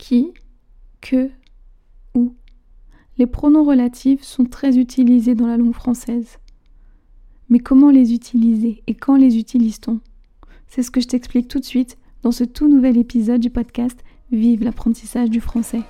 qui, que, où. Les pronoms relatifs sont très utilisés dans la langue française. Mais comment les utiliser et quand les utilise-t-on ? C'est ce que je t'explique tout de suite dans ce tout nouvel épisode du podcast Vive l'apprentissage du français.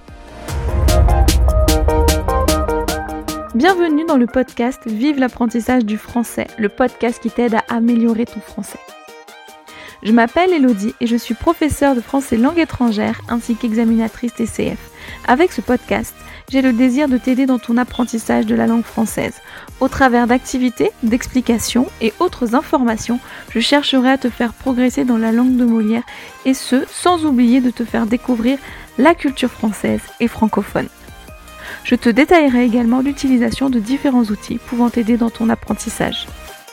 Bienvenue dans le podcast Vive l'apprentissage du français, le podcast qui t'aide à améliorer ton français. Je m'appelle Elodie et je suis professeure de français langue étrangère ainsi qu'examinatrice TCF. Avec ce podcast, j'ai le désir de t'aider dans ton apprentissage de la langue française. Au travers d'activités, d'explications et autres informations, je chercherai à te faire progresser dans la langue de Molière et ce, sans oublier de te faire découvrir la culture française et francophone. Je te détaillerai également l'utilisation de différents outils pouvant t'aider dans ton apprentissage.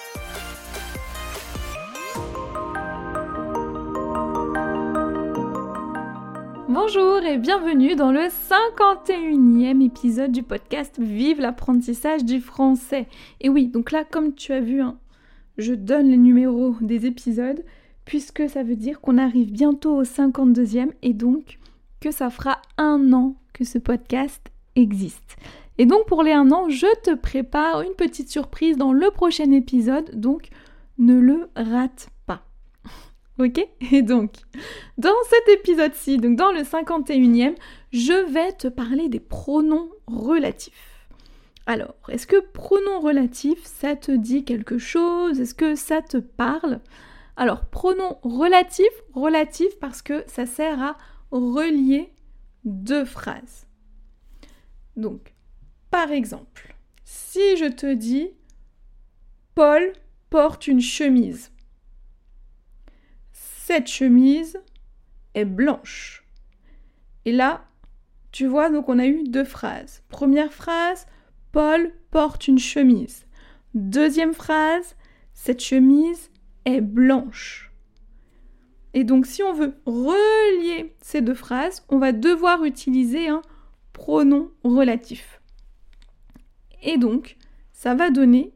Bonjour et bienvenue dans le 51e épisode du podcast Vive l'apprentissage du français. Et oui, donc là, comme tu as vu, je donne les numéros des épisodes puisque ça veut dire qu'on arrive bientôt au 52e et donc que ça fera 1 an que ce podcast existe. Et donc pour les 1 an, je te prépare une petite surprise dans le prochain épisode, donc ne le rate pas. Ok ? Et donc, dans cet épisode-ci, donc dans le 51e, je vais te parler des pronoms relatifs. Alors, est-ce que pronom relatif, ça te dit quelque chose ? Est-ce que ça te parle ? Alors, pronom relatif parce que ça sert à relier 2 phrases. Donc, par exemple, si je te dis « Paul porte une chemise », cette chemise est blanche. Et là, tu vois, donc on a eu 2 phrases. Première phrase, Paul porte une chemise. Deuxième phrase, cette chemise est blanche. Et donc, si on veut relier ces 2 phrases, on va devoir utiliser un pronom relatif. Et donc, ça va donner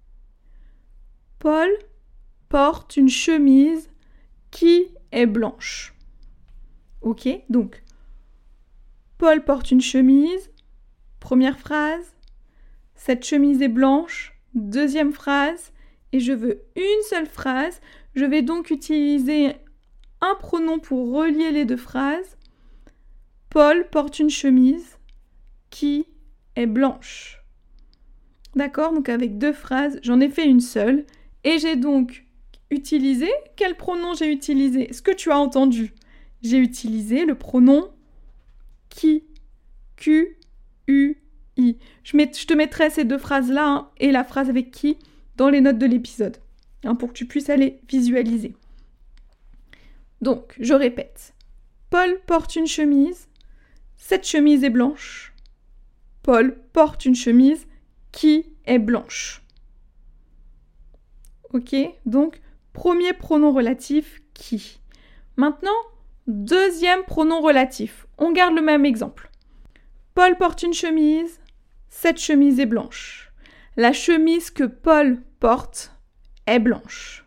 Paul porte une chemise qui est blanche. Ok, donc Paul porte une chemise, première phrase, cette chemise est blanche, deuxième phrase, et je veux une seule phrase. Je vais donc utiliser un pronom pour relier les 2 phrases. Paul porte une chemise qui est blanche. D'accord, donc avec 2 phrases, j'en ai fait une seule, et j'ai donc utilisé, quel pronom j'ai utilisé ? Est-ce que tu as entendu ? J'ai utilisé le pronom qui, Q, U, I. Je te mettrai ces 2 phrases-là et la phrase avec qui dans les notes de l'épisode, pour que tu puisses aller visualiser. Donc, je répète. Paul porte une chemise. Cette chemise est blanche. Paul porte une chemise qui est blanche. Ok ? Donc, premier pronom relatif, qui. Maintenant, deuxième pronom relatif. On garde le même exemple. Paul porte une chemise. Cette chemise est blanche. La chemise que Paul porte est blanche.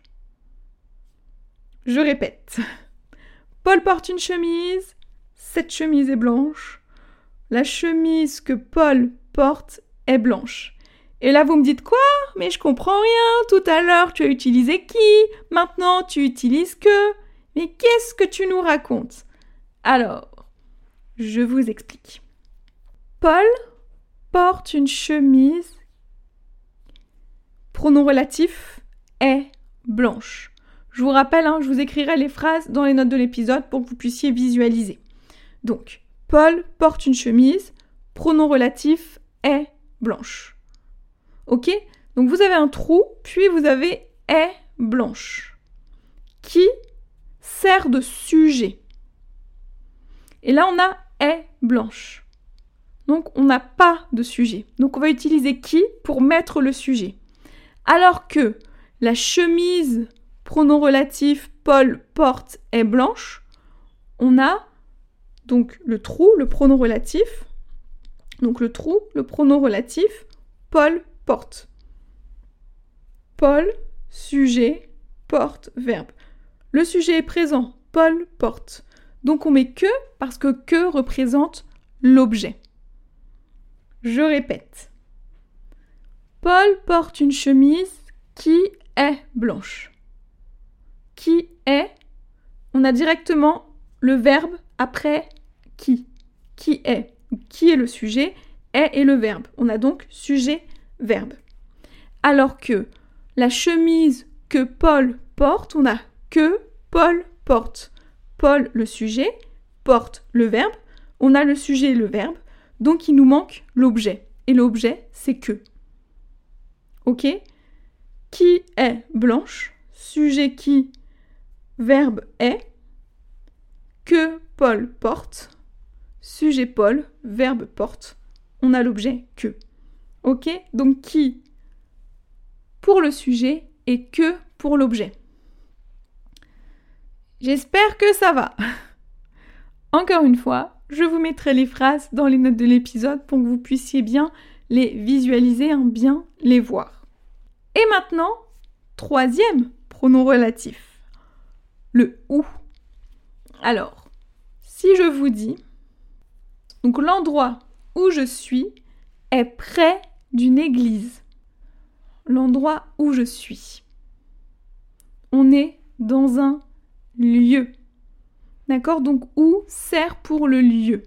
Je répète. Paul porte une chemise. Cette chemise est blanche. La chemise que Paul porte est blanche. Et là, vous me dites quoi ? Mais je comprends rien. Tout à l'heure, tu as utilisé qui ? Maintenant, tu utilises que. Mais qu'est-ce que tu nous racontes ? Alors, je vous explique. Paul porte une chemise. Pronom relatif est blanche. Je vous rappelle, je vous écrirai les phrases dans les notes de l'épisode pour que vous puissiez visualiser. Donc, Paul porte une chemise. Pronom relatif est blanche. Ok ? Donc vous avez un trou, puis vous avez est blanche, qui sert de sujet. Et là, on a est blanche. Donc, on n'a pas de sujet. Donc, on va utiliser qui pour mettre le sujet. Alors que la chemise, pronom relatif, Paul porte est blanche, on a donc le trou, le pronom relatif. Donc, le trou, le pronom relatif, Paul porte. Paul, sujet, porte, verbe. Le sujet est présent, Paul porte. Donc on met que parce que représente l'objet. Je répète. Paul porte une chemise qui est blanche. Qui est, on a directement le verbe après qui. Qui est. Qui est le sujet, est le verbe. On a donc sujet-verbe. Alors que la chemise que Paul porte, on a que Paul porte. Paul, le sujet, porte le verbe. On a le sujet et le verbe. Donc, il nous manque l'objet. Et l'objet, c'est que. Ok ? Qui est blanche ? Sujet qui, verbe est. Que Paul porte. Sujet Paul, verbe porte. On a l'objet que. Ok ? Donc, qui pour le sujet et que pour l'objet. J'espère que ça va. Encore une fois, je vous mettrai les phrases dans les notes de l'épisode pour que vous puissiez bien les visualiser, bien les voir. Et maintenant, troisième pronom relatif, le où. Alors, si je vous dis, donc l'endroit où je suis est près d'une église. L'endroit où je suis. On est dans un lieu. D'accord ? Donc, où sert pour le lieu.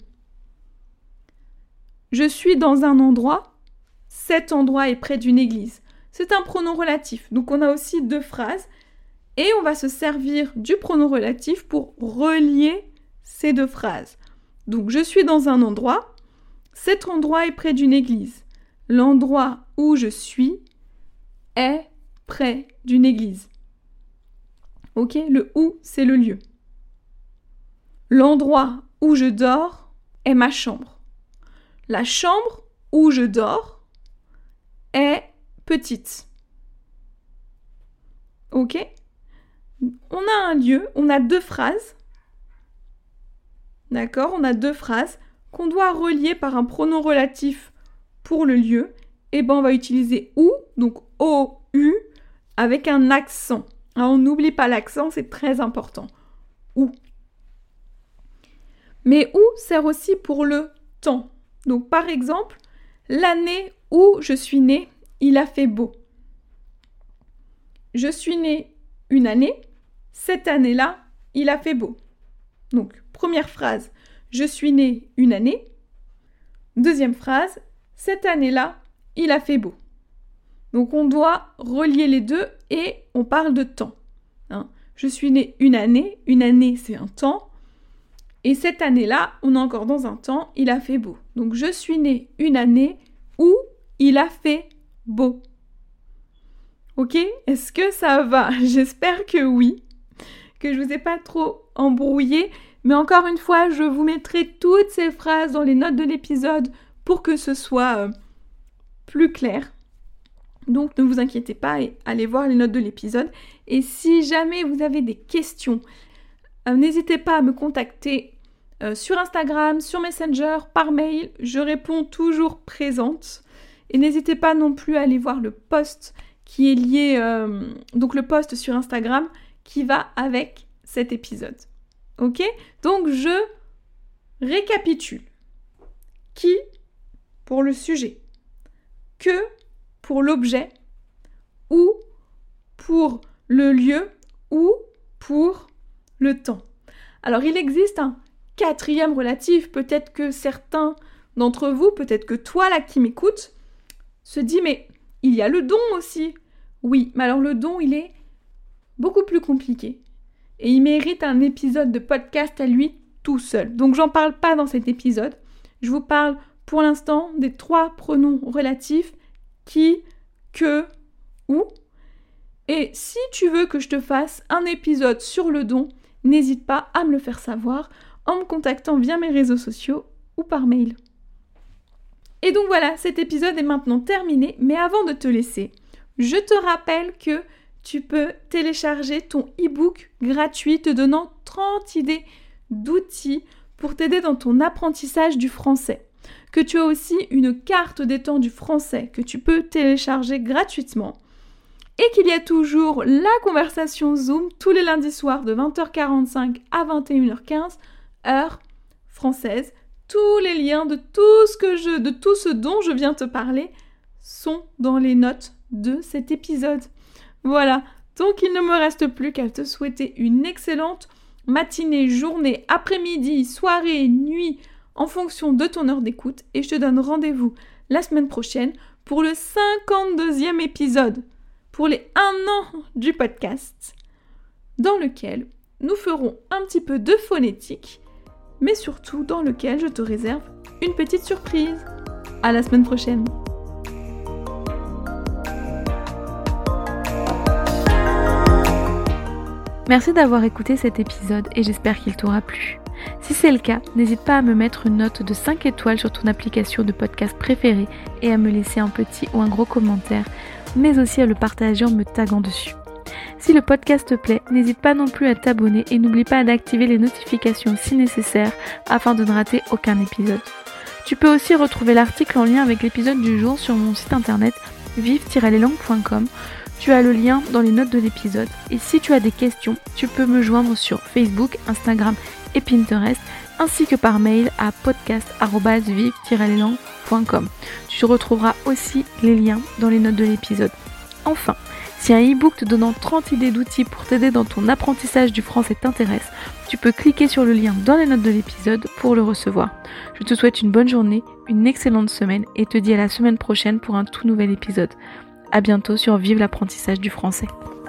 Je suis dans un endroit, cet endroit est près d'une église. C'est un pronom relatif. Donc, on a aussi deux phrases et on va se servir du pronom relatif pour relier ces deux phrases. Donc, je suis dans un endroit, cet endroit est près d'une église. L'endroit où je suis est près d'une église. Ok ? Le où, c'est le lieu. L'endroit où je dors est ma chambre. La chambre où je dors est petite. Ok ? On a un lieu, on a deux phrases. D'accord ? On a deux phrases qu'on doit relier par un pronom relatif pour le lieu. Et on va utiliser où, donc O-U, avec un accent. Alors, on n'oublie pas l'accent, c'est très important. Où. Mais où sert aussi pour le temps. Donc, par exemple, l'année où je suis née, il a fait beau. Je suis née une année, cette année-là, il a fait beau. Donc, première phrase, je suis née une année. Deuxième phrase, cette année-là, il a fait beau. Donc, on doit relier les deux et on parle de temps. Je suis née une année c'est un temps. Et cette année-là, on est encore dans un temps, il a fait beau. Donc, je suis née une année où il a fait beau. Ok ? Est-ce que ça va ? J'espère que oui, que je ne vous ai pas trop embrouillé. Mais encore une fois, je vous mettrai toutes ces phrases dans les notes de l'épisode pour que ce soit plus clair. Donc, ne vous inquiétez pas et allez voir les notes de l'épisode. Et si jamais vous avez des questions, n'hésitez pas à me contacter sur Instagram, sur Messenger, par mail. Je réponds toujours présente. Et n'hésitez pas non plus à aller voir le post qui est lié, donc le post sur Instagram qui va avec cet épisode. Ok ? Donc, je récapitule. Qui pour le sujet. Que pour l'objet. Ou pour le lieu. Ou pour le temps. Alors, il existe un quatrième relatif. Peut-être que certains d'entre vous, peut-être que toi là qui m'écoutes, se dit mais il y a le don aussi. Oui, mais alors le don, il est beaucoup plus compliqué. Et il mérite un épisode de podcast à lui tout seul. Donc, j'en parle pas dans cet épisode. Je vous parle pour l'instant des 3 pronoms relatifs qui, que, où. Et si tu veux que je te fasse un épisode sur le don, n'hésite pas à me le faire savoir en me contactant via mes réseaux sociaux ou par mail. Et donc voilà, cet épisode est maintenant terminé, mais avant de te laisser, je te rappelle que tu peux télécharger ton e-book gratuit te donnant 30 idées d'outils pour t'aider dans ton apprentissage du français. Que tu as aussi une carte des temps du français que tu peux télécharger gratuitement. Et qu'il y a toujours la conversation Zoom tous les lundis soirs de 20h45 à 21h15 heure française. Tous les liens de tout ce dont je viens te parler sont dans les notes de cet épisode. Voilà, donc il ne me reste plus qu'à te souhaiter une excellente matinée, journée, après-midi, soirée, nuit, en fonction de ton heure d'écoute. Et je te donne rendez-vous la semaine prochaine pour le 52e épisode, pour les 1 an du podcast, dans lequel nous ferons un petit peu de phonétique, mais surtout dans lequel je te réserve une petite surprise. À la semaine prochaine. Merci d'avoir écouté cet épisode et j'espère qu'il t'aura plu. Si c'est le cas, n'hésite pas à me mettre une note de 5 étoiles sur ton application de podcast préférée et à me laisser un petit ou un gros commentaire, mais aussi à le partager en me taguant dessus. Si le podcast te plaît, n'hésite pas non plus à t'abonner et n'oublie pas d'activer les notifications si nécessaire afin de ne rater aucun épisode. Tu peux aussi retrouver l'article en lien avec l'épisode du jour sur mon site internet vive-leslangues.com. Tu as le lien dans les notes de l'épisode. Et si tu as des questions, tu peux me joindre sur Facebook, Instagram et Pinterest, ainsi que par mail à podcast@vive-leslangues.com. Tu retrouveras aussi les liens dans les notes de l'épisode. Enfin, si un e-book te donnant 30 idées d'outils pour t'aider dans ton apprentissage du français t'intéresse, tu peux cliquer sur le lien dans les notes de l'épisode pour le recevoir. Je te souhaite une bonne journée, une excellente semaine et te dis à la semaine prochaine pour un tout nouvel épisode. À bientôt sur Vive l'apprentissage du français.